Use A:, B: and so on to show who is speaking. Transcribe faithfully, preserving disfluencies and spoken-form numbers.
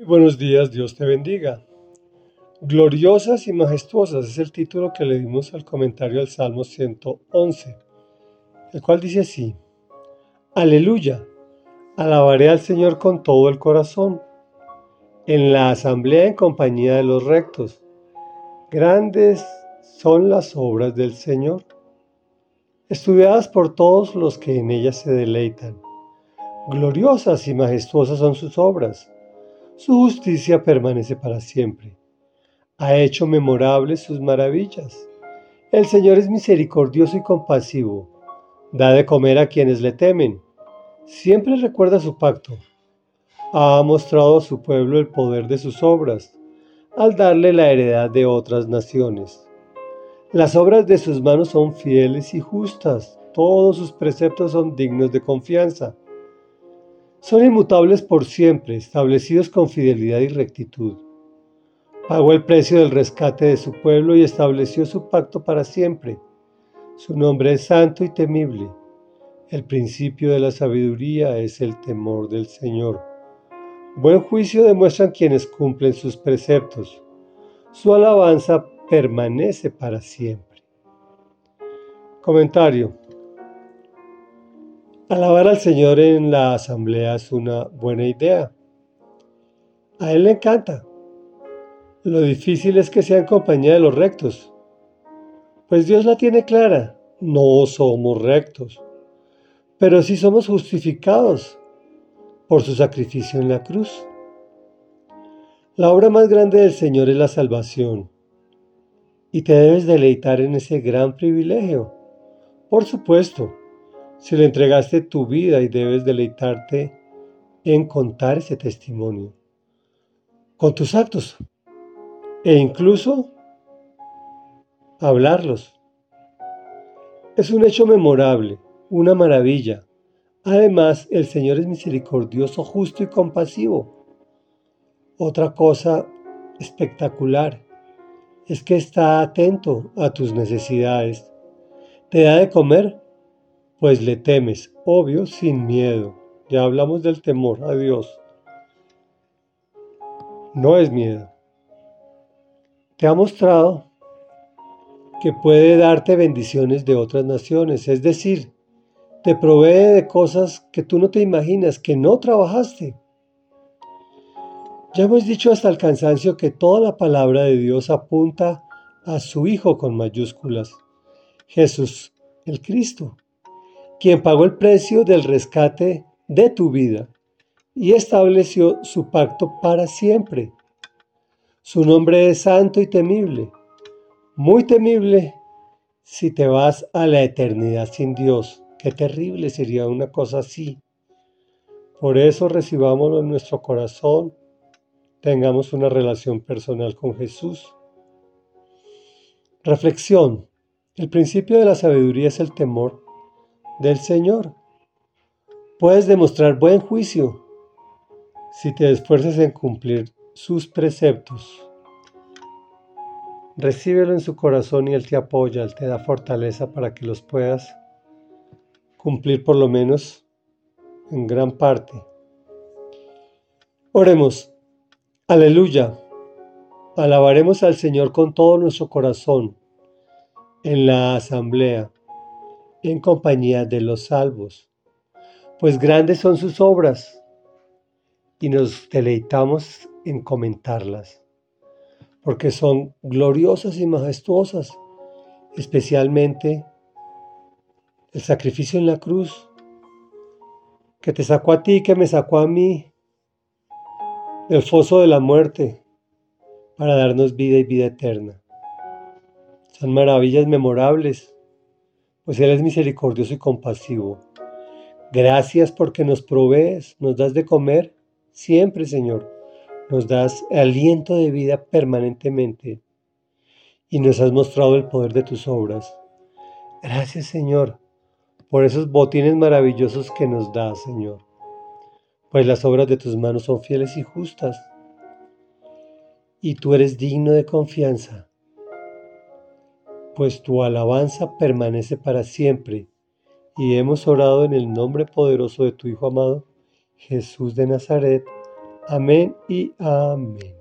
A: Buenos días, Dios te bendiga. Gloriosas y majestuosas es el título que le dimos al comentario al Salmo ciento once, el cual dice así: Aleluya, alabaré al Señor con todo el corazón, en la asamblea en compañía de los rectos. Grandes son las obras del Señor, estudiadas por todos los que en ellas se deleitan. Gloriosas y majestuosas son sus obras, su justicia permanece para siempre. Ha hecho memorables sus maravillas. El Señor es misericordioso y compasivo. Da de comer a quienes le temen. Siempre recuerda su pacto. Ha mostrado a su pueblo el poder de sus obras, al darle la heredad de otras naciones. Las obras de sus manos son fieles y justas. Todos sus preceptos son dignos de confianza. Son inmutables por siempre, establecidos con fidelidad y rectitud. Pagó el precio del rescate de su pueblo y estableció su pacto para siempre. Su nombre es santo y temible. El principio de la sabiduría es el temor del Señor. Buen juicio demuestran quienes cumplen sus preceptos. Su alabanza permanece para siempre. Comentario. Alabar al Señor en la asamblea es una buena idea. A Él le encanta. Lo difícil es que sea en compañía de los rectos, pues Dios la tiene clara. No somos rectos, pero sí somos justificados por su sacrificio en la cruz. La obra más grande del Señor es la salvación, y te debes deleitar en ese gran privilegio. Por supuesto, si le entregaste tu vida, y debes deleitarte en contar ese testimonio con tus actos e incluso hablarlos. Es un hecho memorable, una maravilla. Además, el Señor es misericordioso, justo y compasivo. Otra cosa espectacular es que está atento a tus necesidades. ¿Te da de comer? Pues le temes, obvio, sin miedo. Ya hablamos del temor a Dios. No es miedo. Te ha mostrado que puede darte bendiciones de otras naciones, es decir, te provee de cosas que tú no te imaginas, que no trabajaste. Ya hemos dicho hasta el cansancio que toda la palabra de Dios apunta a su Hijo con mayúsculas, Jesús el Cristo, quien pagó el precio del rescate de tu vida y estableció su pacto para siempre. Su nombre es santo y temible, muy temible si te vas a la eternidad sin Dios. Qué terrible sería una cosa así. Por eso recibámoslo en nuestro corazón, tengamos una relación personal con Jesús. Reflexión. El principio de la sabiduría es el temor del Señor. Puedes demostrar buen juicio si te esfuerzas en cumplir sus preceptos. Recíbelo en su corazón y Él te apoya, Él te da fortaleza para que los puedas cumplir por lo menos en gran parte. Oremos. Aleluya. Alabaremos al Señor con todo nuestro corazón en la asamblea, en compañía de los salvos, pues grandes son sus obras y nos deleitamos en comentarlas, porque son gloriosas y majestuosas, especialmente el sacrificio en la cruz, que te sacó a ti, que me sacó a mí del foso de la muerte, para darnos vida y vida eterna. Son maravillas memorables, pues Él es misericordioso y compasivo. Gracias porque nos provees, nos das de comer siempre, Señor. Nos das aliento de vida permanentemente y nos has mostrado el poder de tus obras. Gracias, Señor, por esos botines maravillosos que nos das, Señor, pues las obras de tus manos son fieles y justas y tú eres digno de confianza, pues tu alabanza permanece para siempre. Y hemos orado en el nombre poderoso de tu Hijo amado, Jesús de Nazaret. Amén y amén.